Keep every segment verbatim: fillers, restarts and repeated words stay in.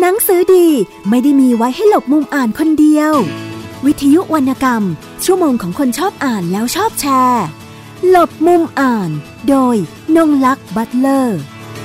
นังสือดีไม่ได้มีไว้ให้หลบมุมอ่านคนเดียววิทยุวรรณกรรมชั่วโมงของคนชอบอ่านแล้วชอบแชร์หลบมุมอ่านโดยนงลักษณ์บัตเลอร์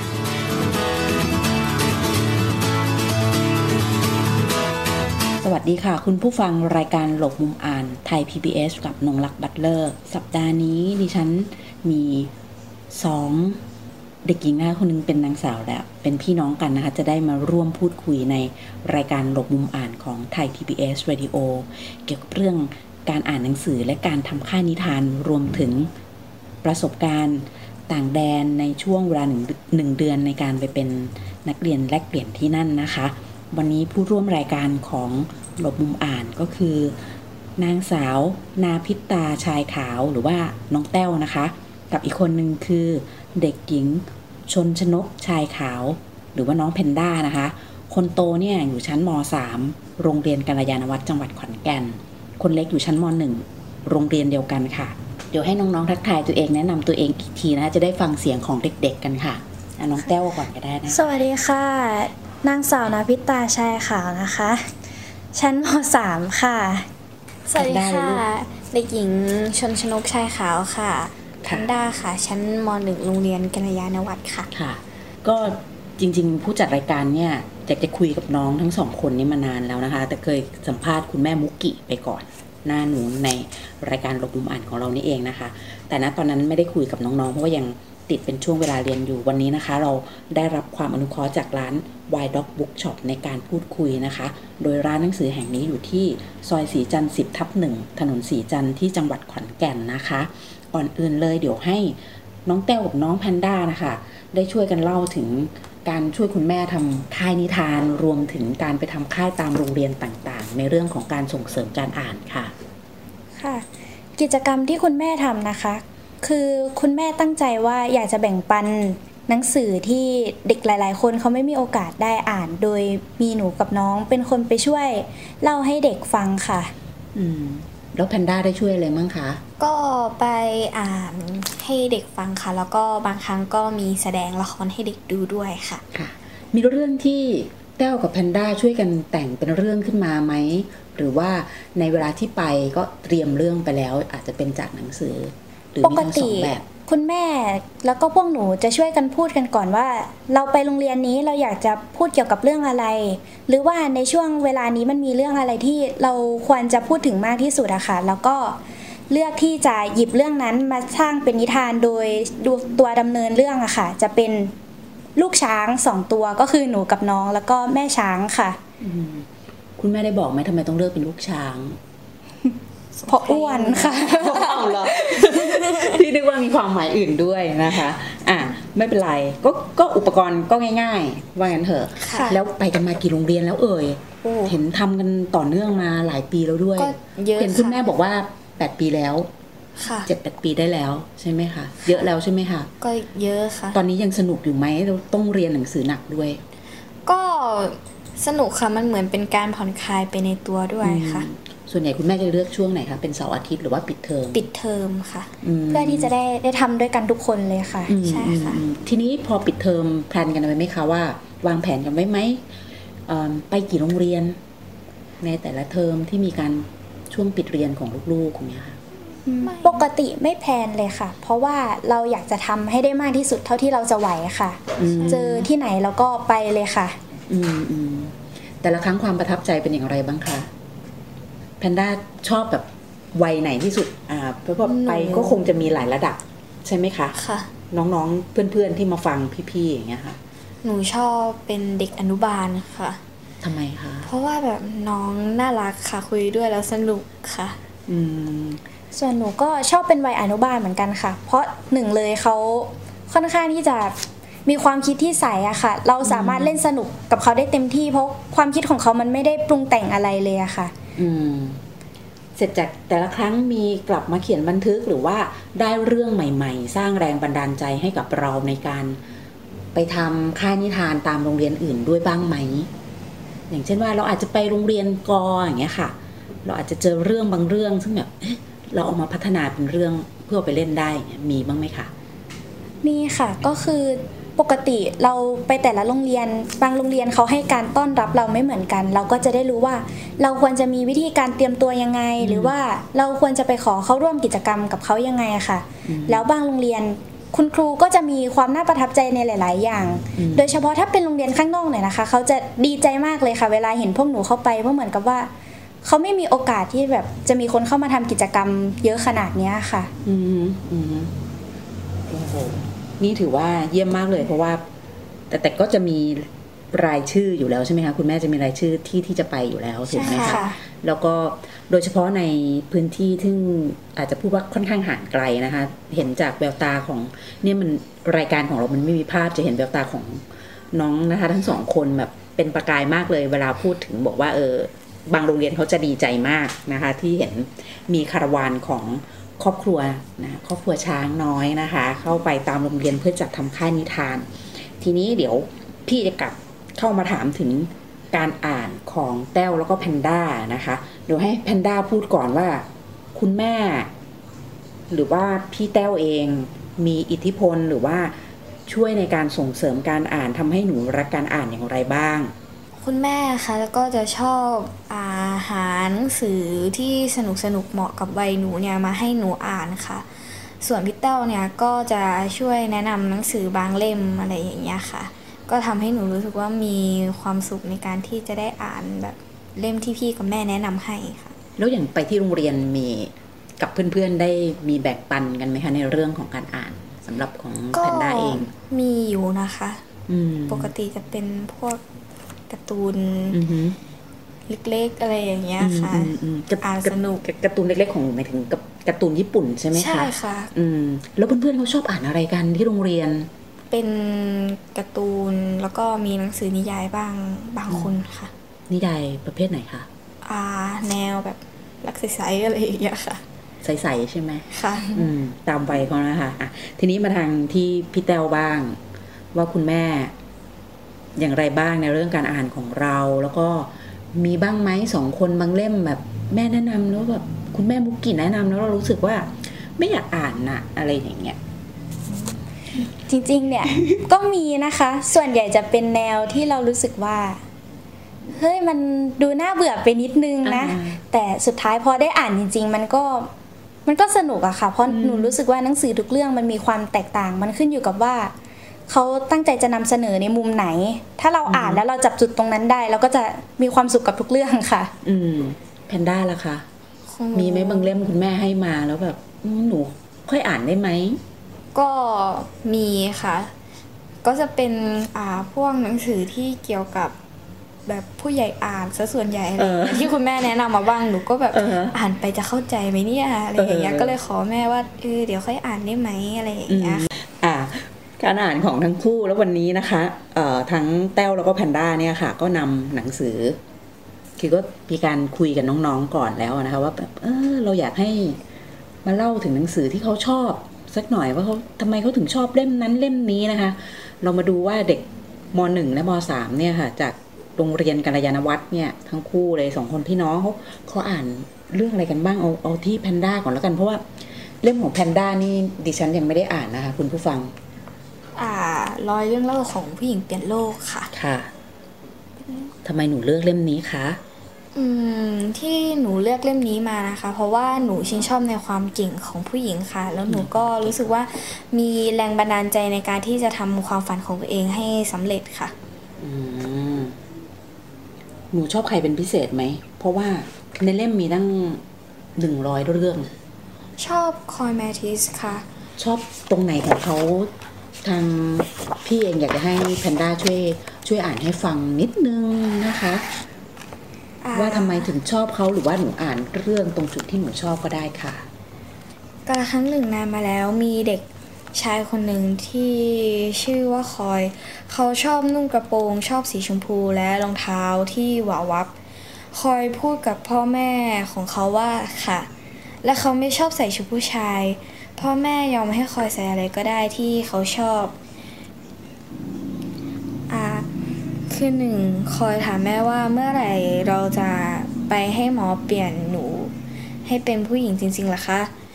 สวัสดีค่ะคุณผู้ฟังรายการหลบมุมอ่านไทย พี บี เอส กับนงลักษณ์บัตเลอร์สัปดาห์นี้ดิฉันมีสองเด็กหญิงนะคะคนนึงเป็นนางสาวแล้วเป็นพี่น้องกันนะคะจะได้มาร่วมพูดคุยในรายการหลบมุมอ่านของไทย พี บี เอส Radio เกี่ยวกับเรื่องการอ่านหนังสือและการทำค่ายนิทานรวมถึงประสบการณ์ต่างแดนในช่วงเวลาหนึ่งหนึ่งเดือนในการไปเป็นนักเรียนแลกเปลี่ยนที่นั่นนะคะวันนี้ผู้ร่วมรายการของหลบมุมอ่านก็คือนางสาวนาพิตาชายขาวหรือว่าน้องแต้วนะคะกับอีกคนหนึ่งคือเด็กหญิงชนชนกชายขาวหรือว่าน้องเพนด้านะคะคนโตเนี่ยอยู่ชั้นม.สาม โรงเรียนกัลยาณวัฒน์จังหวัดขอนแก่นคนเล็กอยู่ชั้นม.หนึ่ง โรงเรียนเดียวกันค่ะเดี๋ยวให้น้องๆทักทายตัวเองแนะนำตัวเองอีกทีนะจะได้ฟังเสียงของเด็กๆกันค่ะน้องแต้วก่อนก็ได้นะสวัสดีค่ะนางสาวนาพิตาชายขาวนะคะชั้นม.สาม ค่ะสวัสดีค่ะเด็กหญิงชนชนกชายขาวค่ะคันด้าค่ะชั้นม.หนึ่ง โรงเรียนกัลยาณวัฒน์ค่ะค่ะก็จริงๆผู้จัดรายการเนี่ยอยากจะคุยกับน้องทั้งสองคนนี้มานานแล้วนะคะแต่เคยสัมภาษณ์คุณแม่มุกิไปก่อนหน้าหนูในรายการหลบมุมอ่านของเรานี่เองนะคะแต่ณตอนนั้นไม่ได้คุยกับน้องๆเพราะว่ายังติดเป็นช่วงเวลาเรียนอยู่วันนี้นะคะเราได้รับความอนุเคราะห์จากร้าน Wild Dog Bookshop ในการพูดคุยนะคะโดยร้านหนังสือแห่งนี้อยู่ที่ซอยศรีจันทร์ สิบทับหนึ่ง ถนนศรีจันทร์ที่จังหวัดขอนแก่นนะคะก่อนอื่นเลยเดี๋ยวให้น้องแต้วกับน้องแพนด้านะคะได้ช่วยกันเล่าถึงการช่วยคุณแม่ทำค่ายนิทานรวมถึงการไปทำค่ายตามโรงเรียนต่างๆในเรื่องของการส่งเสริมการอ่านค่ะค่ะกิจกรรมที่คุณแม่ทำนะคะคือคุณแม่ตั้งใจว่าอยากจะแบ่งปันหนังสือที่เด็กหลายๆคนเขาไม่มีโอกาสได้อ่านโดยมีหนูกับน้องเป็นคนไปช่วยเล่าให้เด็กฟังค่ะอืมแล้วแพนด้าได้ช่วยอะไรมั้งคะก็ไปอ่านให้เด็กฟังค่ะแล้วก็บางครั้งก็มีแสดงละครให้เด็กดูด้วยค่ะค่ะมีเรื่องที่แต้วกับแพนด้าช่วยกันแต่งเป็นเรื่องขึ้นมาไหมหรือว่าในเวลาที่ไปก็เตรียมเรื่องไปแล้วอาจจะเป็นจากหนังสือหรือมีทั้งสองแบบคุณแม่แล้วก็พวกหนูจะช่วยกันพูดกันก่อนว่าเราไปโรงเรียนนี้เราอยากจะพูดเกี่ยวกับเรื่องอะไรหรือว่าในช่วงเวลานี้มันมีเรื่องอะไรที่เราควรจะพูดถึงมากที่สุดอะค่ะแล้วก็เลือกที่จะหยิบเรื่องนั้นมาสร้างเป็นนิทานโดยดูตัวดำเนินเรื่องอะค่ะจะเป็นลูกช้างสองตัวก็คือหนูกับน้องแล้วก็แม่ช้างค่ะคุณแม่ได้บอกไหมทำไมต้องเลือกเป็นลูกช้างเพราะอ้วนค่ะเอาเหรอพี่นึกว่ามีความหมายอื่นด้วยนะคะอ่ะไม่เป็นไรก็ก็อุปกรณ์ก็ง่ายๆว่างั้นเถอะแล้วไปกันมากี่โรงเรียนแล้วเอ่ยเห็นทำกันต่อเนื่องมาหลายปีแล้วด้วยเห็นคุณแม่บอกว่าแปดปีแล้วเจ็ดแปดปีได้แล้วใช่ไหมคะเยอะแล้วใช่ไหมคะก็เยอะค่ะตอนนี้ยังสนุกอยู่ไหมต้องเรียนหนังสือหนักด้วยก็สนุกค่ะมันเหมือนเป็นการผ่อนคลายไปในตัวด้วยค่ะส่วนใหญ่คุณแม่จะเลือกช่วงไหนคะเป็นเสาร์อาทิตย์หรือว่าปิดเทอมปิดเทอมค่ะเพื่อที่จะได้ได้ทำด้วยกันทุกคนเลยค่ะใช่ค่ะทีนี้พอปิดเทอมแพลนกันไว้ไหมคะว่าวางแผนกันไว้ไหมไปกี่โรงเรียนในแต่ละเทอมที่มีการช่วงปิดเรียนของลูกๆอย่างเงี้ยค่ะปกติไม่แพลนเลยค่ะเพราะว่าเราอยากจะทำให้ได้มากที่สุดเท่าที่เราจะไหวค่ะเจอที่ไหนเราก็ไปเลยค่ะอืมอืมแต่ละครั้งความประทับใจเป็นอย่างไรบ้างคะแพนด้าชอบแบบวัยไหนที่สุดอ่าเพราะว่าไปก็คงจะมีหลายระดับใช่ไหมคะค่ะน้องๆเพื่อนๆที่มาฟังพี่ๆอย่างเงี้ยค่ะหนูชอบเป็นเด็กอนุบาลค่ะทำไมคะเพราะว่าแบบน้องน่ารักค่ะคุยด้วยแล้วสนุกค่ะอืมส่วนหนูก็ชอบเป็นวัยอนุบาลเหมือนกันค่ะเพราะหนึ่งเลยเขาค่อนข้างที่จะมีความคิดที่ใสอะค่ะเราสามารถเล่นสนุกกับเขาได้เต็มที่เพราะความคิดของเขามันไม่ได้ปรุงแต่งอะไรเลยอะค่ะอืมเสร็จจากแต่ละครั้งมีกลับมาเขียนบันทึกหรือว่าได้เรื่องใหม่ๆสร้างแรงบันดาลใจให้กับเราในการไปทำค่ายนิทานตามโรงเรียนอื่นด้วยบ้างไหมอย่างเช่นว่าเราอาจจะไปโรงเรียนกออย่างเงี้ยค่ะเราอาจจะเจอเรื่องบางเรื่องซึ่งแบบเอ๊ะเราเอามาพัฒนาเป็นเรื่องเพื่อไปเล่นได้มีบ้างไหมคะมีค่ะก็คือปกติเราไปแต่ละโรงเรียนบางโรงเรียนเขาให้การต้อนรับเราไม่เหมือนกันเราก็จะได้รู้ว่าเราควรจะมีวิธีการเตรียมตัวยังไงหรือว่าเราควรจะไปขอเข้าร่วมกิจกรรมกับเขายังไงอะค่ะแล้วบางโรงเรียนคุณครูก็จะมีความน่าประทับใจในหลายๆอย่างโดยเฉพาะถ้าเป็นโรงเรียนข้างนอกเนี่ยนะคะเขาจะดีใจมากเลยค่ะเวลาเห็นพวกหนูเข้าไปเพราะเหมือนกับว่าเขาไม่มีโอกาสที่แบบจะมีคนเข้ามาทำกิจกรรมเยอะขนาดนี้ค่ะอืมอืมโอ้โหนี่ถือว่าเยี่ยมมากเลยเพราะว่าแต่แต่ก็จะมีรายชื่ออยู่แล้วใช่ไหมคะคุณแม่จะมีรายชื่อที่ที่จะไปอยู่แล้วถูกไหมคะแล้วก็โดยเฉพาะในพื้นที่ที่อาจจะพูดว่าค่อนข้างห่างไกลนะคะเห็นจากแววตาของเนี่ยมันรายการของเรามันไม่มีภาพจะเห็นแววตาของน้องนะคะทั้งสองคนแบบเป็นประกายมากเลยเวลาพูดถึงบอกว่าเออบางโรงเรียนเขาจะดีใจมากนะคะที่เห็นมีคาราวานของครอบครัวนะครอบครัวช้างน้อยนะคะเข้าไปตามโรงเรียนเพื่อจัดทำค่ายนิทานทีนี้เดี๋ยวพี่จะกลับเข้ามาถามถึงการอ่านของแต้วแล้วก็แพนด้านะคะเดี๋ยวให้แพนด้าพูดก่อนว่าคุณแม่หรือว่าพี่แต้วเองมีอิทธิพลหรือว่าช่วยในการส่งเสริมการอ่านทำให้หนูรักการอ่านอย่างไรบ้างคุณแม่คะแล้วก็จะชอบอาหาหนังสือที่สนุกสนุกเหมาะกับวัยหนูเนี่ยมาให้หนูอ่านค่ะส่วนพี่เต้าเนี่ยก็จะช่วยแนะนำหนังสือบางเล่มอะไรอย่างเงี้ยค่ะก็ทำให้หนูรู้สึกว่ามีความสุขในการที่จะได้อ่านแบบเล่มที่พี่กับแม่แนะนำให้ค่ะแล้วอย่างไปที่โรงเรียนมีกับเพื่อนๆได้มีแบ่งปันกันไหมคะในเรื่องของการอ่านสำหรับของแพนด้าเองมีอยู่นะคะปกติจะเป็นพวกการ์ตูนเล็กๆอะไรอย่างเงี้ยค่ะอ่านสนุกการ์ตูนเล็กๆของหมายถึงกับการ์ตูนญี่ปุ่นใช่ไหมคะใช่ค่ะอืมแล้วเพื่อนๆเขาชอบอ่านอะไรกันที่โรงเรียนเป็นการ์ตูนแล้วก็มีหนังสือนิยายบ้างบางคนค่ะนิยายประเภทไหนคะอ่าแนวแบบรักใสๆอะไรอย่างเงี้ยค่ะใสๆใช่ไหมค่ะอืมตามวัยเขานะคะอ่ะทีนี้มาทางที่พี่แต้วบ้างว่าคุณแม่อย่างไรบ้างในเรื่องการอ่านของเราแล้วก็มีบ้างไหมสองคนบางเล่มแบบแม่แนะนำแล้วแบบคุณแม่มุกกี้แนะนำแล้วเรารู้สึกว่าไม่อยากอ่านนะอะไรอย่างเงี้ยจริงๆเนี่ย ก็มีนะคะส่วนใหญ่จะเป็นแนวที่เรารู้สึกว่าเฮ้ยมันดูน่าเบื่อไปนิดนึงนะแต่สุดท้ายพอได้อ่านจริงๆมันก็มันก็สนุกอะค่ะเพราะหนูรู้สึกว่าหนังสือทุกเรื่องมันมีความแตกต่างมันขึ้นอยู่กับว่าเขาตั้งใจจะนำเสนอในมุมไหนถ้าเราอ่านแล้วเราจับจุดตรงนั้นได้เราก็จะมีความสุขกับทุกเรื่องค่ะอืมแพนด้าล่ะคะมีไหมบางเล่มคุณแม่ให้มาแล้วแบบหนูค่อยอ่านได้ไหมก็มีค่ะก็จะเป็นอ่าพวกหนังสือที่เกี่ยวกับแบบผู้ใหญ่อ่านซะส่วนใหญ่อะไรที่คุณแม่แนะนำมาบ้างหนูก็แบบอ่านไปจะเข้าใจไหมเนี่ยอะไรอย่างเงี้ยก็เลยขอแม่ว่าเออเดี๋ยวค่อยอ่านได้ไหมอะไรอย่างเงี้ยอ่าการอ่านของทั้งคู่แล้ววันนี้นะคะเอ่อทั้งแต้วแล้วก็แพนด้าเนี่ยค่ะก็นำหนังสือคือก็มีการคุยกับน้องๆก่อนแล้วนะคะว่าแบบเออเราอยากให้มาเล่าถึงหนังสือที่เขาชอบสักหน่อยว่าเขาทำไมเขาถึงชอบเล่มนั้นเล่มนี้นะคะเรามาดูว่าเด็กม.หนึ่ง และม.สาม เนี่ยค่ะจากโรงเรียนกัลยาณวัฒน์เนี่ยทั้งคู่เลยสองคนพี่น้องเขาเขาอ่านเรื่องอะไรกันบ้างเอาเอาที่แพนด้าก่อนแล้วกันเพราะว่าเล่มของแพนด้านี่ดิฉันยังไม่ได้อ่านนะคะคุณผู้ฟังอ่าร้อยเรื่องเล่าของผู้หญิงเปลี่ยนโลกค่ะค่ะทำไมหนูเลือกเล่มนี้คะอืมที่หนูเลือกเล่มนี้มานะคะเพราะว่าหนูชื่นชอบในความเก่งของผู้หญิงค่ะแล้วหนูก็รู้สึกว่ามีแรงบันดาลใจในการที่จะทำความฝันของตัวเองให้สำเร็จค่ะอืมหนูชอบใครเป็นพิเศษไหมเพราะว่าในเล่มมีตั้งหนึ่งร้อยเรื่องชอบคอยแมทิสค่ะชอบตรงไหนของเขาทางพี่เองอยากจะให้แพนด้าช่วยช่วยอ่านให้ฟังนิดนึงนะคะว่าทำไมถึงชอบเขาหรือว่าหนูอ่านเรื่องตรงจุดที่หนูชอบก็ได้ค่ะกาลครั้งหนึ่งนานมาแล้วมีเด็กชายคนหนึ่งที่ชื่อว่าคอยเขาชอบนุ่งกระโปรงชอบสีชมพูและรองเท้าที่หวาวับคอยพูดกับพ่อแม่ของเขาว่าค่ะและเขาไม่ชอบใส่ชุดผู้ชายพ่อแม่ยอมให้คอยใส่อะไรก็ได้ที่เขาชอบอ่าคือหนึ่งคอยถามแม่ว่าเมื่อไหร่เราจะไปให้หมอเปลี่ยนหนูให้เป็นผู้หญิงจริงๆล่ะคะค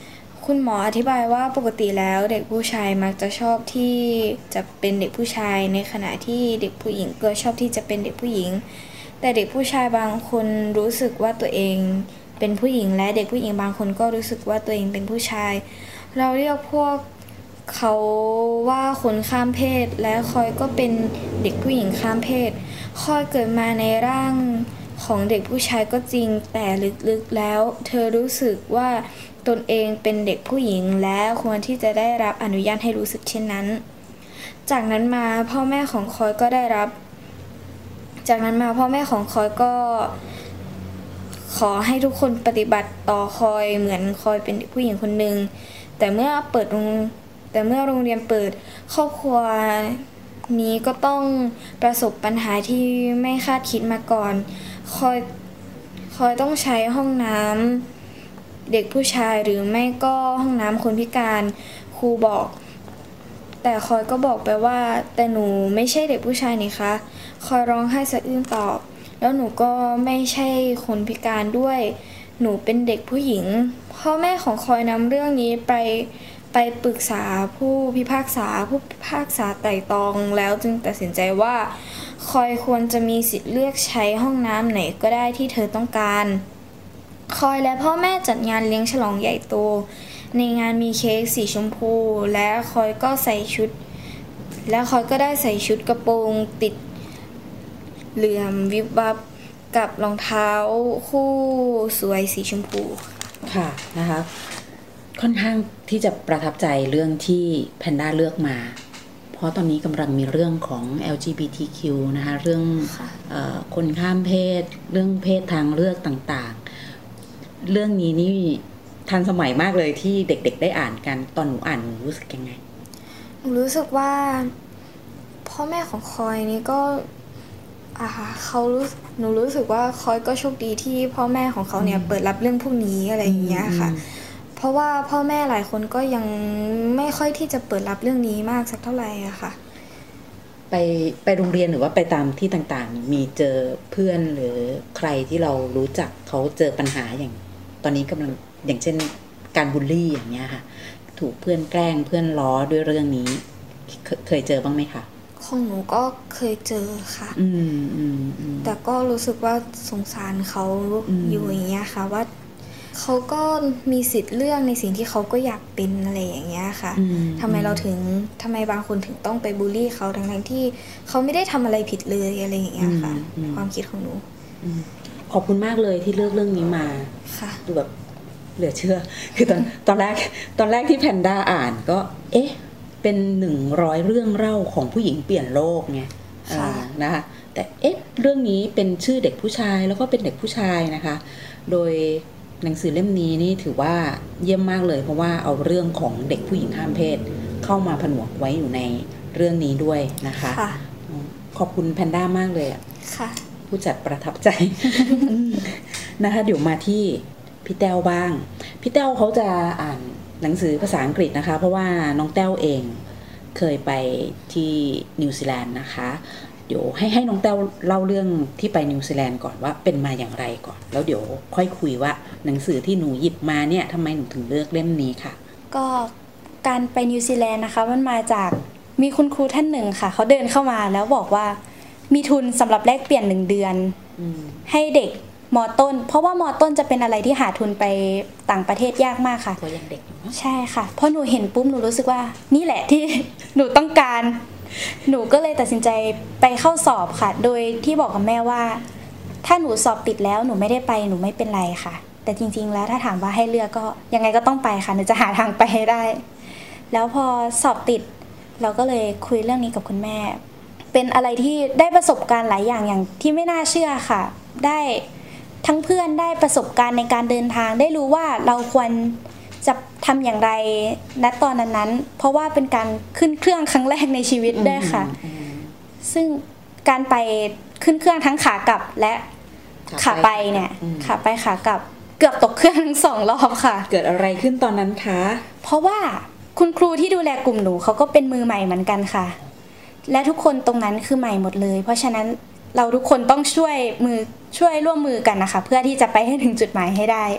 คุณหมออธิบายว่าปกติแล้วเด็กผู้ชายมักจะชอบที่จะเป็นเด็กผู้ชายในขณะที่เด็กผู้หญิงก็ชอบที่จะเป็นเด็กผู้หญิงแต่เด็กผู้ชายบางคนรู้สึกว่าตัวเองเป็นผู้หญิงและเด็กผู้หญิงบางคนก็รู้สึกว่าตัวเองเป็นผู้ชายเราเรียกพวกเขาว่าคนข้ามเพศและคอยก็เป็นเด็กผู้หญิงข้ามเพศคอยเกิดมาในร่างของเด็กผู้ชายก็จริงแต่ลึกๆแล้วเธอรู้สึกว่าตนเองเป็นเด็กผู้หญิงและควรที่จะได้รับอนุญาตให้รู้สึกเช่นนั้นจากนั้นมาพ่อแม่ของคอยก็ได้รับจากนั้นมาพ่อแม่ของคอยก็ขอให้ทุกคนปฏิบัติต่อคอยเหมือนคอยเป็นเด็กผู้หญิงคนหนึ่งแต่เมื่อเปิดโรงแต่เมื่อโรงเรียนเปิดครอบครัวนี้ก็ต้องประสบปัญหาที่ไม่คาดคิดมาก่อนคอยคอยต้องใช้ห้องน้ำเด็กผู้ชายหรือไม่ก็ห้องน้ำคนพิการครูบอกแต่คอยก็บอกไปว่าแต่หนูไม่ใช่เด็กผู้ชายนี่คะคอยร้องไห้สะอื้นตอบแล้วหนูก็ไม่ใช่คนพิการด้วยหนูเป็นเด็กผู้หญิงพ่อแม่ของคอยนำเรื่องนี้ไปไปปรึกษาผู้พิพากษาผู้พิพากษาไต่ตรองแล้วจึงตัดสินใจว่าคอยควรจะมีสิทธิ์เลือกใช้ห้องน้ำไหนก็ได้ที่เธอต้องการคอยและพ่อแม่จัดงานเลี้ยงฉลองใหญ่โตในงานมีเค้กสีชมพูและคอยก็ใส่ชุดและคอยก็ได้ใส่ชุดกระโปรงติดเหลื่อมวิบวับกับรองเท้าคู่สวยสีชมพูค่ะนะคะค่อนข้างที่จะประทับใจเรื่องที่แพนด้าเลือกมาเพราะตอนนี้กำลังมีเรื่องของ แอล จี บี ที คิว นะคะเรื่องเอ่อคนข้ามเพศเรื่องเพศทางเลือกต่างๆเรื่องนี้นี่ทันสมัยมากเลยที่เด็กๆได้อ่านกันตอนหนูอ่านหนูรู้สึกยังไงหนูรู้สึกว่าพ่อแม่ของคอยนี่ก็อ่าเขารู้หนูรู้สึกว่าคอยก็โชคดีที่พ่อแม่ของเขาเนี่ยเปิดรับเรื่องพวกนี้อะไรอย่างเงี้ยค่ะเพราะว่าพ่อแม่หลายคนก็ยังไม่ค่อยที่จะเปิดรับเรื่องนี้มากสักเท่าไหร่อะค่ะไปไปโรงเรียนหรือว่าไปตามที่ต่างๆมีเจอเพื่อนหรือใครที่เรารู้จักเขาเจอปัญหาอย่างตอนนี้กำลังอย่างเช่นการบูลลี่อย่างเงี้ยค่ะถูกเพื่อนแกล้งเพื่อนล้อด้วยเรื่องนี้เคยเจอบ้างไหมคะของหนูก็เคยเจอค่ะอืมอืมอืมแต่ก็รู้สึกว่าสงสารเขาอยู่อย่างเงี้ยค่ะว่าเขาก็มีสิทธิ์เลือกในสิ่งที่เขาก็อยากเป็นอะไรอย่างเงี้ยค่ะทำไมเราถึงทำไมบางคนถึงต้องไปบูลลี่เขาทั้งๆที่เขาไม่ได้ทำอะไรผิดเลยอะไรอย่างเงี้ยค่ะความคิดของหนูขอบคุณมากเลยที่เลือกเรื่องนี้มาค่ะดูแบบเหลือเชื่อคือตอนตอนแรกตอนแรกที่แพนด้าอ่านก็เอ๊ะเป็นหนึ่งร้อยเรื่องเล่าของผู้หญิงเปลี่ยนโลกไงนะคะแต่เอ๊ะเรื่องนี้เป็นชื่อเด็กผู้ชายแล้วก็เป็นเด็กผู้ชายนะคะโดยหนังสือเล่มนี้นี่ถือว่าเยี่ยมมากเลยเพราะว่าเอาเรื่องของเด็กผู้หญิงข้ามเพศเข้ามาผนวกไว้อยู่ในเรื่องนี้ด้วยนะคะขอบคุณแพนด้ามากเลยอ่ะผู้จัดประทับใจ นะคะเดี๋ยวมาที่พี่แต้วบ้างพี่แต้วเขาจะอ่านหนังสือภาษาอังกฤษนะคะเพราะว่าน้องแต้วเองเคยไปที่นิวซีแลนด์นะคะเดี๋ยวให้ให้น้องแต้วเล่าเรื่องที่ไปนิวซีแลนด์ก่อนว่าเป็นมาอย่างไรก่อนแล้วเดี๋ยวค่อยคุยว่าหนังสือที่หนูหยิบมาเนี่ยทำไมหนูถึงเลือกเล่มนี้ค่ะก็การไปนิวซีแลนด์นะคะมันมาจากมีคุณครูท่านหนึ่งค่ะเขาเดินเข้ามาแล้วบอกว่ามีทุนสำหรับแลกเปลี่ยนหนึ่งเดือนให้เด็กม.ต้นเพราะว่าม.ต้นจะเป็นอะไรที่หาทุนไปต่างประเทศยากมากค่ะตัวยังเด็กใช่ค่ะเพราะหนูเห็นปุ๊บหนูรู้สึกว่านี่แหละที่หนูต้องการหนูก็เลยตัดสินใจไปเข้าสอบค่ะโดยที่บอกกับแม่ว่าถ้าหนูสอบติดแล้วหนูไม่ได้ไปหนูไม่เป็นไรค่ะแต่จริงๆแล้วถ้าถามว่าให้เลือกก็ยังไงก็ต้องไปค่ะหนูจะหาทางไปให้ได้แล้วพอสอบติดเราก็เลยคุยเรื่องนี้กับคุณแม่เป็นอะไรที่ได้ประสบการณ์หลายอย่างอย่างที่ไม่น่าเชื่อค่ะได้ทั้งเพื่อนได้ประสบการณ์ในการเดินทางได้รู้ว่าเราควรจะทำอย่างไรณตอนนั้นๆเพราะว่าเป็นการขึ้นเครื่องครั้งแรกในชีวิตด้วยค่ะซึ่งการไปขึ้นเครื่องทั้งขากลับและขาไปเนี่ยขาไปขากลับเกือบตกเครื่องทั้งสองรอบค่ะเกิดอะไรขึ้นตอนนั้นคะเพราะว่าคุณครูที่ดูแลกลุ่มหนูเขาก็เป็นมือใหม่เหมือนกันค่ะและทุกคนตรงนั้นคือใหม่หมดเลยเพราะฉะนั้นเราทุกคนต้องช่วยมือช่วยร่วมมือกันนะคะเพื่อที่จะไปให้ถึงจุดหมายให้ได้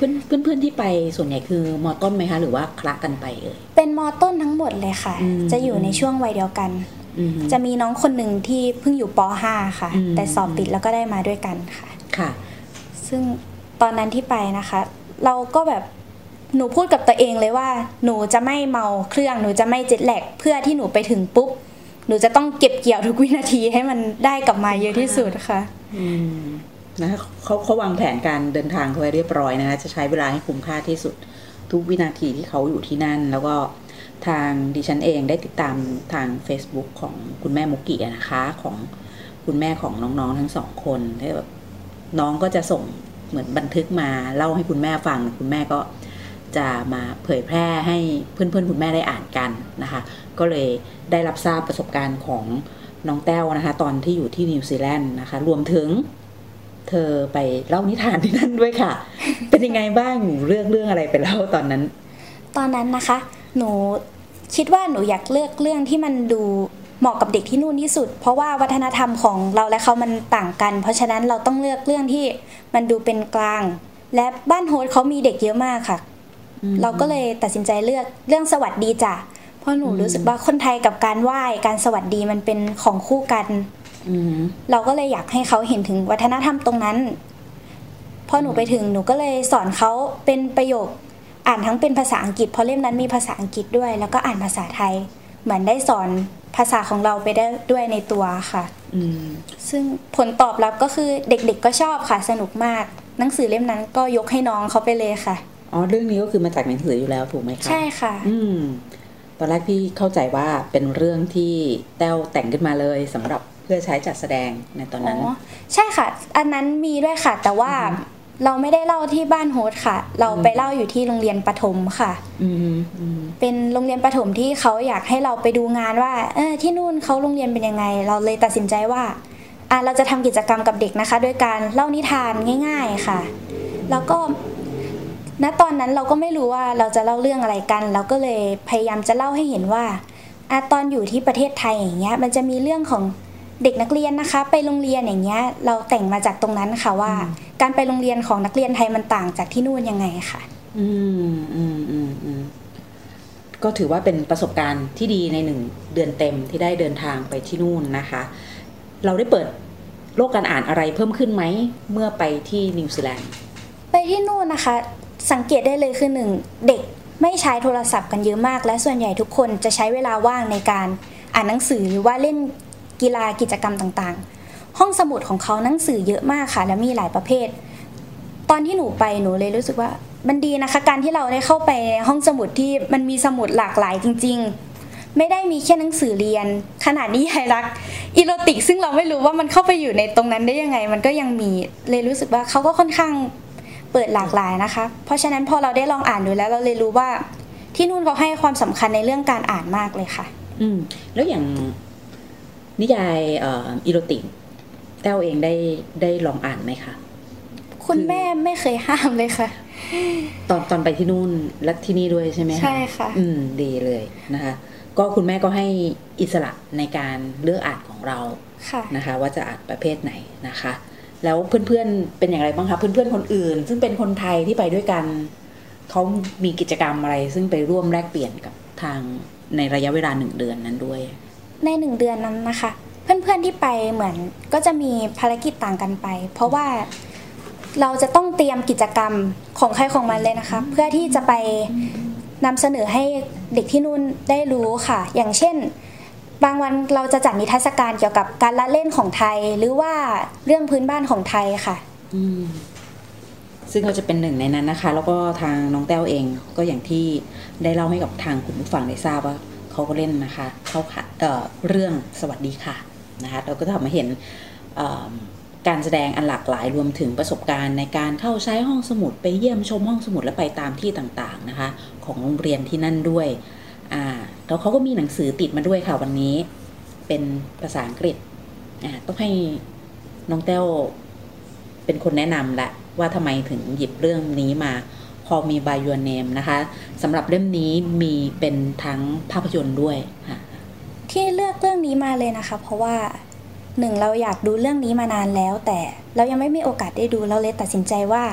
พื่อนเพื่อนเพื่อนที่ไปส่วนใหญ่คือมอต้นไหมคะหรือว่าคละกันไปเอ่ยเป็นมอต้นทั้งหมดเลยค่ะจะอยู่ในช่วงวัยเดียวกันจะมีน้องคนหนึ่งที่เพิ่งอยู่ป.ห้า ค่ะแต่สอบติดแล้วก็ได้มาด้วยกันค่ะค่ะซึ่งตอนนั้นที่ไปนะคะเราก็แบบหนูพูดกับตัวเองเลยว่าหนูจะไม่เมาเครื่องหนูจะไม่เจ็ตแลกเพื่อที่หนูไปถึงปุ๊บหนูจะต้องเก็บเกี่ยวทุกวินาทีให้มันได้กลับมาเยอะที่สุดค่ะอืมนะคะเขาเขาวางแผนการเดินทางเขาไว้เรียบร้อยนะคะจะใช้เวลาให้คุ้มค่าที่สุดทุกวินาทีที่เขาอยู่ที่นั่นแล้วก็ทางดิฉันเองได้ติดตามทาง Facebook ของคุณแม่มุกินะคะของคุณแม่ของน้องๆทั้งสองคนที่แบบน้องก็จะส่งเหมือนบันทึกมาเล่าให้คุณแม่ฟังคุณแม่ก็จะมาเผยแพร่ให้เพื่อนๆคุณแม่ได้อ่านกันนะคะก็เลยได้รับทราบประสบการณ์ของน้องแต้วนะคะตอนที่อยู่ที่นิวซีแลนด์นะคะรวมถึงเธอไปเล่านิทานที่นั่นด้วยค่ะ เป็นยังไงบ้างหนูเลือกเรื่องอะไรไปเล่าตอนนั้นตอนนั้นนะคะหนูคิดว่าหนูอยากเลือกเรื่องที่มันดูเหมาะกับเด็กที่นู่นที่สุดเพราะว่าวัฒนธรรมของเราและเขามันต่างกันเพราะฉะนั้นเราต้องเลือกเรื่องที่มันดูเป็นกลางและบ้านโฮสต์เขามีเด็กเยอะมากค่ะเราก็เลยตัดสินใจเลือกเรื่องสวัสดีจ้ะเพราะหนูรู้สึกว่าคนไทยกับการไหว้การสวัสดีมันเป็นของคู่กันเราก็เลยอยากให้เขาเห็นถึงวัฒนธรรมตรงนั้นพอหนูไปถึงหนูก็เลยสอนเขาเป็นประโยคอ่านทั้งเป็นภาษาอังกฤษเพราะเล่มนั้นมีภาษาอังกฤษด้วยแล้วก็อ่านภาษาไทยเหมือนได้สอนภาษาของเราไปได้ด้วยในตัวค่ะซึ่งผลตอบรับก็คือเด็กๆก็ชอบค่ะสนุกมากหนังสือเล่มนั้นก็ยกให้น้องเขาไปเลยค่ะอ๋อเรื่องนี้ก็คือมาจากหนังสืออยู่แล้วถูกไหมคะใช่ค่ะอืมตอนแรกพี่เข้าใจว่าเป็นเรื่องที่แต้วแต่งขึ้นมาเลยสำหรับเพื่อใช้จัดแสดงในตอนนั้นอ๋อใช่ค่ะอันนั้นมีด้วยค่ะแต่ว่าเราไม่ได้เล่าที่บ้านโฮสต์ค่ะเราไปเล่าอยู่ที่โรงเรียนประถมค่ะเป็นโรงเรียนประถมที่เขาอยากให้เราไปดูงานว่าเออที่นู่นเขาโรงเรียนเป็นยังไงเราเลยตัดสินใจว่าอ่ะเราจะทำกิจกรรมกับเด็กนะคะด้วยการเล่านิทานง่ายๆค่ะแล้วก็ณตอนนั้นเราก็ไม่รู้ว่าเราจะเล่าเรื่องอะไรกันเราก็เลยพยายามจะเล่าให้เห็นว่าอ่ะตอนอยู่ที่ประเทศไทยอย่างเงี้ยมันจะมีเรื่องของเด็กนักเรียนนะคะไปโรงเรียนอย่างเงี้ยเราแต่งมาจากตรงนั้นค่ะว่าการไปโรงเรียนของนักเรียนไทยมันต่างจากที่นู่นยังไงค่ะอืมอืมอืมอืมก็ถือว่าเป็นประสบการณ์ที่ดีในหนึ่งเดือนเต็มที่ได้เดินทางไปที่นู่นนะคะเราได้เปิดโลกการอ่านอะไรเพิ่มขึ้นไหมเมื่อไปที่นิวซีแลนด์ไปที่นู่นนะคะสังเกตได้เลยคือหนึ่งเด็กไม่ใช้โทรศัพท์กันเยอะมากและส่วนใหญ่ทุกคนจะใช้เวลาว่างในการอ่านหนังสือหรือว่าเล่นกีฬากิจกรรมต่างๆห้องสมุดของเขาหนังสือเยอะมากค่ะและมีหลายประเภทตอนที่หนูไปหนูเลยรู้สึกว่ามันดีนะคะการที่เราได้เข้าไปห้องสมุดที่มันมีสมุดหลากหลายจริงๆไม่ได้มีแค่หนังสือเรียนขนาดนิยายรักอีโรติกซึ่งเราไม่รู้ว่ามันเข้าไปอยู่ในตรงนั้นได้ยังไงมันก็ยังมีเลยรู้สึกว่าเขาก็ค่อนข้างเปิดหลากหลายนะคะเพราะฉะนั้นพอเราได้ลองอ่านดูแล้วเราเลยรู้ว่าที่นู่นเขาให้ความสำคัญในเรื่องการอ่านมากเลยค่ะอืมแล้วอย่างนิยายเอ่ออีโรติกแต้วเองได้ได้ลองอ่านไหมคะคุณแม่ไม่เคยห้ามเลยค่ะตอนตอนไปที่นู่นและที่นี่ด้วยใช่ไหมคะใช่ค่ะอืมดีเลยนะคะก็คุณแม่ก็ให้อิสระในการเลือกอ่านของเราค่ะนะคะว่าจะอ่านประเภทไหนนะคะแล้วเพื่อนๆเป็นอย่างไรบ้างคะเพื่อนๆคนอื่นซึ่งเป็นคนไทยที่ไปด้วยกันเขามีกิจกรรมอะไรซึ่งไปร่วมแลกเปลี่ยนกับทางในระยะเวลาหนึ่งเดือนนั้นด้วยในหนึ่งเดือนนั้นนะคะเพื่อนๆที่ไปเหมือนก็จะมีภารกิจต่างกันไปเพราะว่าเราจะต้องเตรียมกิจกรรมของใครของมันเลยนะคะเพื่อที่จะไปนำเสนอให้เด็กที่นู่นได้รู้ค่ะอย่างเช่นบางวันเราจะจัดนิทรรศการเกี่ยวกับการละเล่นของไทยหรือว่าเรื่องพื้นบ้านของไทยค่ะอืมซึ่งเขาจะเป็นหนึ่งในนั้นนะคะแล้วก็ทางน้องแต้วเองก็อย่างที่ได้เล่าให้กับทางคุณผู้ฟังได้ทราบว่าเขาก็เล่นนะคะเข้าค่ะเอ่อเรื่องสวัสดีค่ะนะคะเราก็ทำให้เห็นการแสดงอันหลากหลายรวมถึงประสบการณ์ในการเข้าใช้ห้องสมุดไปเยี่ยมชมห้องสมุดและไปตามที่ต่างๆนะคะของโรงเรียนที่นั่นด้วยอ่าแล้วเขาก็มีหนังสือติดมาด้วยค่ะวันนี้เป็นภาษาอังกฤษอ่าต้องให้น้องแต้วเป็นคนแนะนำละว่าทำไมถึงหยิบเรื่องนี้มา Call Me by Your Name นะคะสำหรับเล่มนี้มีเป็นทั้งภาพยนตร์ด้วยค่ะที่เลือกเรื่องนี้มาเลยนะคะเพราะว่าหนึ่งเราอยากดูเรื่องนี้มานานแล้วแต่เรายังไม่มีโอกาสได้ดูเราเลยตัดสินใจว่า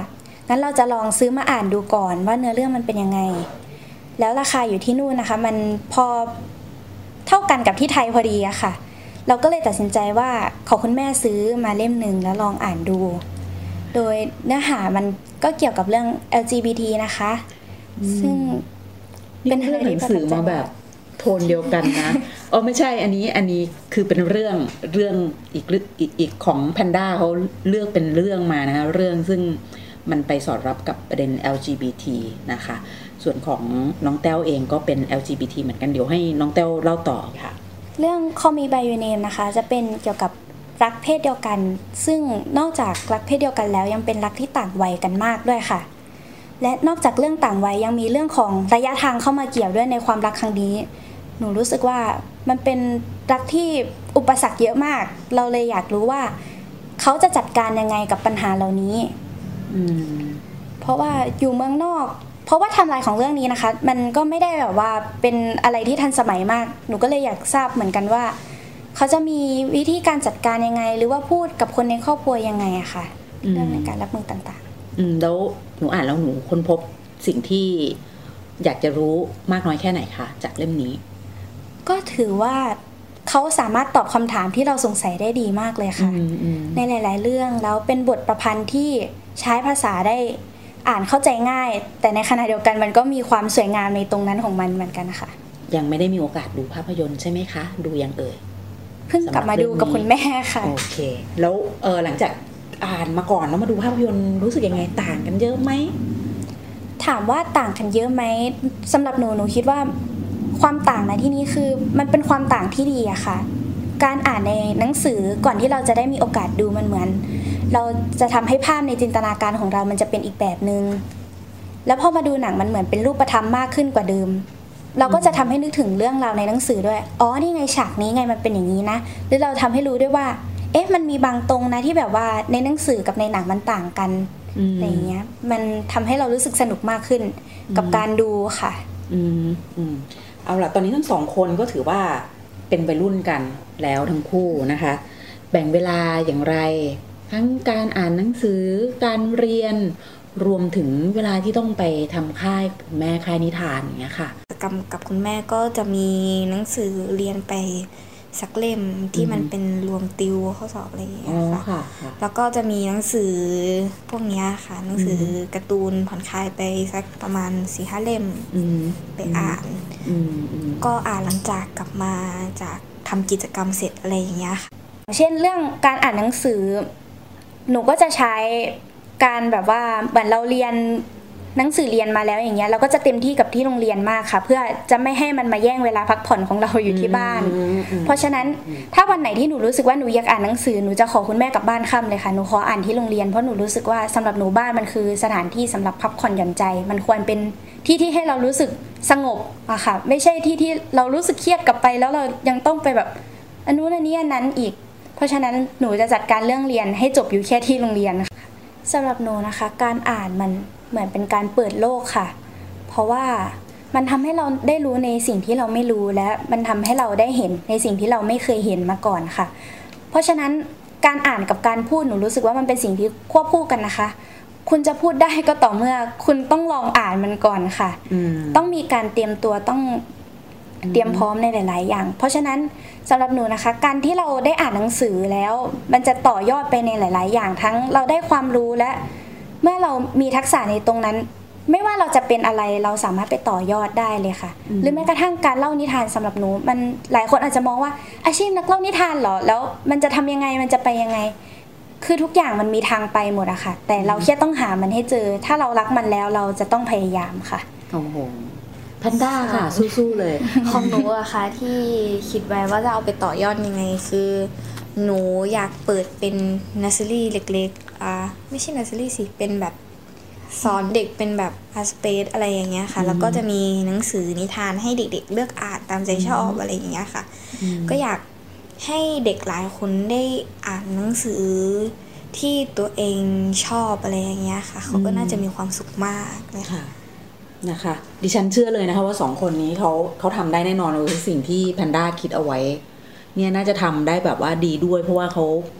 งั้นเราจะลองซื้อมาอ่านดูก่อนว่าเนื้อเรื่องมันเป็นยังไงแล้วราคาอยู่ที่นู่นนะคะมันพอเท่ากันกับที่ไทยพอดีอะค่ะเราก็เลยตัดสินใจว่าขอคุณแม่ซื้อมาเล่มหนึ่งแล้วลองอ่านดูโดยเนื้อหามันก็เกี่ยวกับเรื่อง แอล จี บี ที นะคะซึ่งเป็นเรื่องหนังสือมาแบบโทนเดียวกันนะอ๋อไม่ใช่อันนี้อันนี้คือเป็นเรื่องเรื่องอีกอีกอีกของแพนด้าเขาเลือกเป็นเรื่องมานะคะเรื่องซึ่งมันไปสอดรับกับประเด็น แอล จี บี ที นะคะส่วนของน้องแต้วเองก็เป็น แอล จี บี ที เหมือนกันเดี๋ยวให้น้องแต้วเล่าต่อค่ะเรื่อง Call Me by Your Name นะคะจะเป็นเกี่ยวกับรักเพศเดียวกันซึ่งนอกจากรักเพศเดียวกันแล้วยังเป็นรักที่ต่างวัยกันมากด้วยค่ะและนอกจากเรื่องต่างวัยยังมีเรื่องของระยะทางเข้ามาเกี่ยวด้วยในความรักครั้งนี้หนูรู้สึกว่ามันเป็นรักที่อุปสรรคเยอะมากเราเลยอยากรู้ว่าเขาจะจัดการยังไงกับปัญหาเหล่านี้เพราะว่าอยู่เมืองนอกเพราะว่าไทม์ไลน์ของเรื่องนี้นะคะมันก็ไม่ได้แบบว่าเป็นอะไรที่ทันสมัยมากหนูก็เลยอยากทราบเหมือนกันว่าเขาจะมีวิธีการจัดการยังไงหรือว่าพูดกับคนในครอบครัวยังไงอะค่ะเรื่องในการรับมือต่างๆอืมแล้วหนูอ่านแล้วหนูค้นพบสิ่งที่อยากจะรู้มากน้อยแค่ไหนคะจากเล่มนี้ก็ถือว่าเขาสามารถตอบคำถามที่เราสงสัยได้ดีมากเลยค่ะในหลายๆเรื่องแล้วเป็นบทประพันธ์ที่ใช้ภาษาได้อ่านเข้าใจง่ายแต่ในขณะเดียวกันมันก็มีความสวยงามในตรงนั้นของมันเหมือนกันนะคะยังไม่ได้มีโอกาสดูภาพยนตร์ใช่ไหมคะดูยังเอ่ยเพิ่งกลับมาดูกับคุณแม่ค่ะโอเคแล้วเออหลังจากอ่านมาก่อนแล้วมาดูภาพยนตร์รู้สึกยังไงต่างกันเยอะไหมถามว่าต่างกันเยอะไหมสำหรับหนูหนูคิดว่าความต่างในที่นี้คือมันเป็นความต่างที่ดีอะค่ะการอ่านในหนังสือก่อนที่เราจะได้มีโอกาสดูมันเหมือนเราจะทำให้ภาพในจินตนาการของเรามันจะเป็นอีกแบบนึงแล้วพอมาดูหนังมันเหมือนเป็นรูปธรรมมากขึ้นกว่าเดิมเราก็จะทำให้นึกถึงเรื่องราวในหนังสือด้วยอ๋อนี่ไงฉากนี้ไงมันเป็นอย่างนี้นะหรือเราทำให้รู้ด้วยว่าเอ๊ะมันมีบางตรงนะที่แบบว่าในหนังสือกับในหนังมันต่างกันอะไรอย่างเงี้ยมันทำให้เรารู้สึกสนุกมากขึ้นกับการดูค่ะอืมอืมเอาล่ะตอนนี้ทั้งสองคนก็ถือว่าเป็นวัยรุ่นกันแล้วทั้งคู่นะคะแบ่งเวลาอย่างไรทั้งการอ่านหนังสือการเรียนรวมถึงเวลาที่ต้องไปทำค่ายแม่ค่ายนิทานอย่างเงี้ยค่ะกับกับคุณแม่ก็จะมีหนังสือเรียนไปสักเล่มที่มันเป็นรวมติวข้อสอบอะไรอย่างเงี้ยค่ะแล้วก็จะมีหนังสือพวกนี้ค่ะหนังสือการ์ตูนผ่อนคลายไปสักประมาณ สี่ห้า เล่มไปอ่านก็อ่านหลังจากกลับมาจากทำกิจกรรมเสร็จอะไรอย่างเงี้ยค่ะเช่นเรื่องการอ่านหนังสือหนูก็จะใช้การแบบว่าเหมือนเราเรียนหนังสือเรียนมาแล้วอย่างเงี้ยเราก็จะเต็มที่กับที่โรงเรียนมากค่ะเพื่อจะไม่ให้มันมาแย่งเวลาพักผ่อนของเราอยู่ที่บ้านเพราะฉะนั้นถ้าวันไหนที่หนูรู้สึกว่าหนูอยากอ่านหนังสือหนูจะขอคุณแม่กลับบ้านค่ำเลยค่ะหนูขออ่านที่โรงเรียนเพราะหนูรู้สึกว่าสำหรับหนูบ้านมันคือสถานที่สำหรับพักผ่อนหย่อนใจมันควรเป็นที่ที่ให้เรารู้สึกสงบอะค่ะไม่ใช่ที่ที่เรารู้สึกเครียดกลับไปแล้วเรายังต้องไปแบบอันนู้นอันนี้อันนั้นอีกเพราะฉะนั้นหนูจะจัดการเรื่องเรียนให้จบอยู่แค่ที่โรงเรียนสำหรับหนูนะคะการอ่านมันเหมือนเป็นการเปิดโลกค่ะเพราะว่ามันทำให้เราได้รู้ในสิ่งที่เราไม่รู้และมันทำให้เราได้เห็นในสิ่งที่เราไม่เคยเห็นมาก่อนค่ะเพราะฉะนั้นการอ่านกับการพูดหนูรู้สึกว่ามันเป็นสิ่งที่ควบคู่กันนะคะคุณจะพูดได้ก็ต่อเมื่อคุณต้องลองอ่านมันก่อนค่ะต้องมีการเตรียมตัวต้องเตรียมพร้อมในหลายๆอย่างเพราะฉะนั้นสำหรับหนูนะคะการที่เราได้อ่านหนังสือแล้วมันจะต่อยอดไปในหลายๆอย่างทั้งเราได้ความรู้และเมื่อเรามีทักษะในตรงนั้นไม่ว่าเราจะเป็นอะไรเราสามารถไปต่อยอดได้เลยค่ะหรือแม้กระทั่งการเล่านิทานสำหรับหนูมันหลายคนอาจจะมองว่าอาชีพนักเล่านิทานเหรอแล้วมันจะทำยังไงมันจะไปยังไงคือทุกอย่างมันมีทางไปหมดอะค่ะแต่เราแค่ต้องหามันให้เจอถ้าเรารักมันแล้วเราจะต้องพยายามค่ะโอ้โหแพนด้าค่ะสู้ๆเลยของหนูอะค่ะที่คิดไว้ว่าจะเอาไปต่อยอดยังไงคือหนูอยากเปิดเป็นเนอร์เซอรี่เล็กๆอ่าไม่ใช่เนอร์เซอรี่สิเป็นแบบสอนเด็กเป็นแบบอาร์ตสเปซอะไรอย่างเงี้ยค่ะแล้วก็จะมีหนังสือนิทานให้เด็กๆเลือกอ่านตามใจชอบอะไรอย่างเงี้ยค่ะก็อยากให้เด็กหลายคนได้อ่านหนังสือที่ตัวเองชอบอะไรอย่างเงี้ยค่ะเขาก็น่าจะมีความสุขมากเลยค่ะนะคะดิฉันเชื่อเลยนะคะว่าสองคนนี้เขาเขาทำได้แน่นอนเลยสิ่งที่แพนด้าคิดเอาไว้เนี่ยน่าจะทำได้แบบว่าดีด้วยเพราะว่าเขา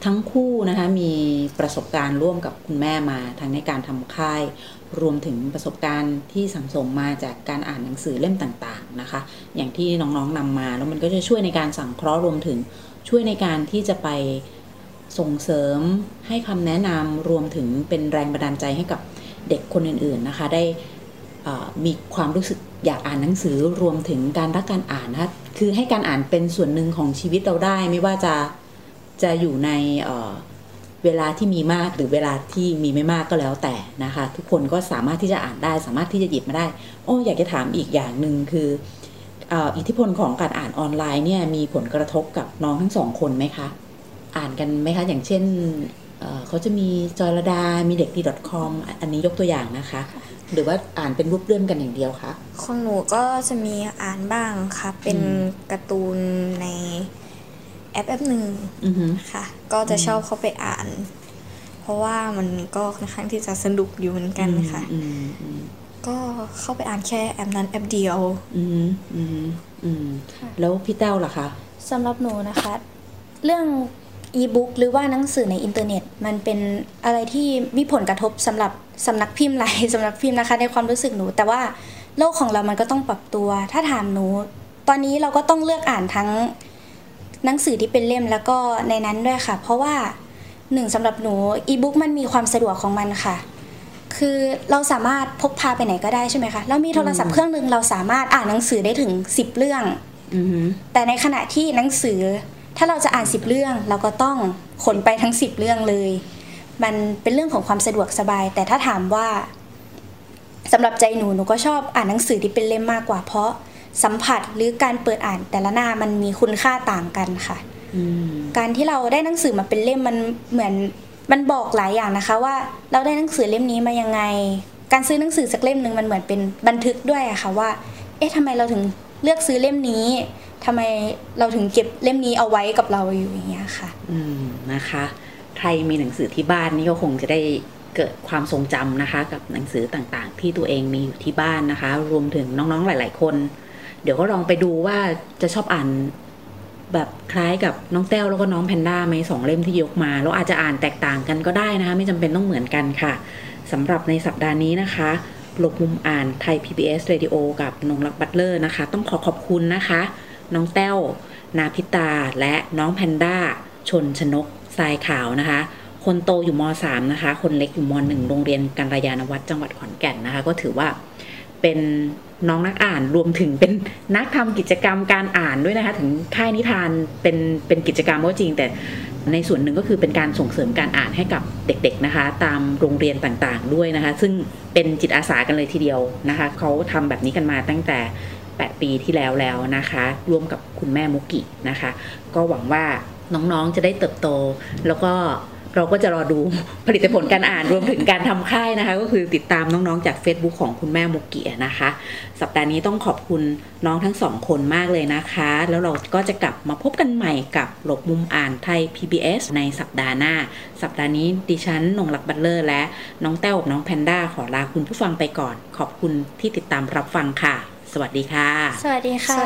ทั้งคู่นะคะมีประสบการณ์ร่วมกับคุณแม่มาทั้งในการทำค่ายรวมถึงประสบการณ์ที่สั่งสมมาจากการอ่านหนังสือเล่มต่างๆนะคะอย่างที่น้องๆนำมาแล้วมันก็จะช่วยในการสังเคราะห์รวมถึงช่วยในการที่จะไปส่งเสริมให้คำแนะนำรวมถึงเป็นแรงบันดาลใจให้กับเด็กคนอื่นๆนะคะได้มีความรู้สึกอยากอ่านหนังสือรวมถึงการรักการอ่านนะคะคือให้การอ่านเป็นส่วนหนึ่งของชีวิตเราได้ไม่ว่าจะจะอยู่ในเอ่อเวลาที่มีมากหรือเวลาที่มีไม่มากก็แล้วแต่นะคะทุกคนก็สามารถที่จะอ่านได้สามารถที่จะหยิบมาได้โอ้อยากจะถามอีกอย่างหนึ่งคือเอ่ออิทธิพลของการอ่านออนไลน์เนี่ยมีผลกระทบกับน้องทั้งสองคนไหมคะอ่านกันไหมคะอย่างเช่น เ, เขาจะมีจอยลดามีเด็กดี .com อันนี้ยกตัวอย่างนะคะหรือว่าอ่านเป็นรูปเล่มกันอย่างเดียวคะของหนูก็จะมีอ่านบ้างค่ะเป็นการ์ตูนในแอปแอปหนึ่งค่ะก็จะชอบเข้าไปอ่านเพราะว่ามันก็ค่อนข้างที่จะสนุกอยู่เหมือนกันค่ะก็เข้าไปอ่านแค่แอปนั้นแอปเดียวอืมอืมอืมแล้วพี่แต้วล่ะคะสำหรับหนูนะคะเรื่องอีบุ๊กหรือว่าหนังสือในอินเทอร์เน็ตมันเป็นอะไรที่มีผลกระทบสำหรับสำนักพิมพ์หลายสำนักพิมพ์นะคะในความรู้สึกหนูแต่ว่าโลกของเรามันก็ต้องปรับตัวถ้าถามหนูตอนนี้เราก็ต้องเลือกอ่านทั้งหนังสือที่เป็นเล่มแล้วก็ในนั้นด้วยค่ะเพราะว่าหนึ่งสำหรับหนูอีบุ๊กมันมีความสะดวกของมันค่ะคือเราสามารถพกพาไปไหนก็ได้ใช่ไหมคะแล้วมีโทรศัพท์เครื่องนึงเราสามารถอ่านหนังสือได้ถึงสิบเรื่องแต่ในขณะที่หนังสือถ้าเราจะอ่านสิบเรื่องเราก็ต้องขนไปทั้งสิบเรื่องเลยมันเป็นเรื่องของความสะดวกสบายแต่ถ้าถามว่าสำหรับใจหนูหนูก็ชอบอ่านหนังสือที่เป็นเล่มมากกว่าเพราะสัมผัสหรือการเปิดอ่านแต่ละหน้ามันมีคุณค่าต่างกันค่ะการที่เราได้หนังสือมาเป็นเล่มมันเหมือนมันบอกหลายอย่างนะคะว่าเราได้หนังสือเล่มนี้มายังไงการซื้อหนังสือสักเล่มนึงมันเหมือนเป็นบันทึกด้วยอะค่ะว่าเอ๊ะทำไมเราถึงเลือกซื้อเล่มนี้ทำไมเราถึงเก็บเล่มนี้เอาไว้กับเราอยู่อย่างเงี้ยค่ะอืมนะคะใครมีหนังสือที่บ้านนี่ก็คงจะได้เกิดความทรงจำนะคะกับหนังสือต่างๆที่ตัวเองมีอยู่ที่บ้านนะคะรวมถึงน้องๆหลายๆคนเดี๋ยวก็ลองไปดูว่าจะชอบอ่านแบบคล้ายกับน้องแต้วแล้วก็น้องแพนด้าไหมสองเล่มที่ยกมาแล้วอาจจะอ่านแตกต่างกันก็ได้นะคะไม่จำเป็นต้องเหมือนกันค่ะสำหรับในสัปดาห์นี้นะคะหลบมุมอ่านไทย พี บี เอส Radio กับนงรักบัตเลอร์นะคะต้องขอขอบคุณนะคะน้องแต้วนาพิตาและน้องแพนด้าชนชนกทรายขาวนะคะคนโตอยู่ม.สาม นะคะคนเล็กอยู่ม.หนึ่ง โรงเรียนกัลยาณวัฒน์จังหวัดขอนแก่นนะคะก็ถือว่าเป็นน้องนักอ่านรวมถึงเป็นนักทำกิจกรรมการอ่านด้วยนะคะถึงค่ายนิทานเป็นเป็นกิจกรรมก็จริงแต่ในส่วนหนึ่งก็คือเป็นการส่งเสริมการอ่านให้กับเด็กๆนะคะตามโรงเรียนต่างๆด้วยนะคะซึ่งเป็นจิตอาสากันเลยทีเดียวนะคะเขาทำแบบนี้กันมาตั้งแต่แปดปีที่แล้วแล้วนะคะร่วมกับคุณแม่มุกินะคะก็หวังว่าน้องๆจะได้เติบโตแล้วก็เราก็จะรอดูผลิตผลการอ่านรวมถึงการทำค่ายนะคะก็คือติดตามน้องๆจาก Facebook ของคุณแม่มุกินะคะสัปดาห์นี้ต้องขอบคุณน้องทั้งสองคนมากเลยนะคะแล้วเราก็จะกลับมาพบกันใหม่กับหลบมุมอ่านไทย พี บี เอส ในสัปดาห์หน้าสัปดาห์นี้ดิฉันนงรักบัตเลอร์และน้องแต้วกับน้องแพนด้าขอลาคุณผู้ฟังไปก่อนขอบคุณที่ติดตามรับฟังค่ะสวัสดีค่ะสวัสดีค่ะ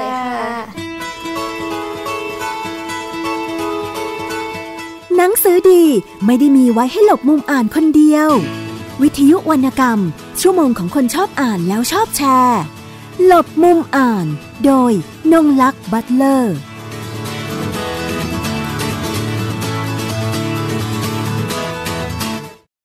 หนังสือดีไม่ได้มีไว้ให้หลบมุมอ่านคนเดียววิทยุวรรณกรรมชั่วโมงของคนชอบอ่านแล้วชอบแชร์หลบมุมอ่านโดยนงลักษณ์บัตเลอร์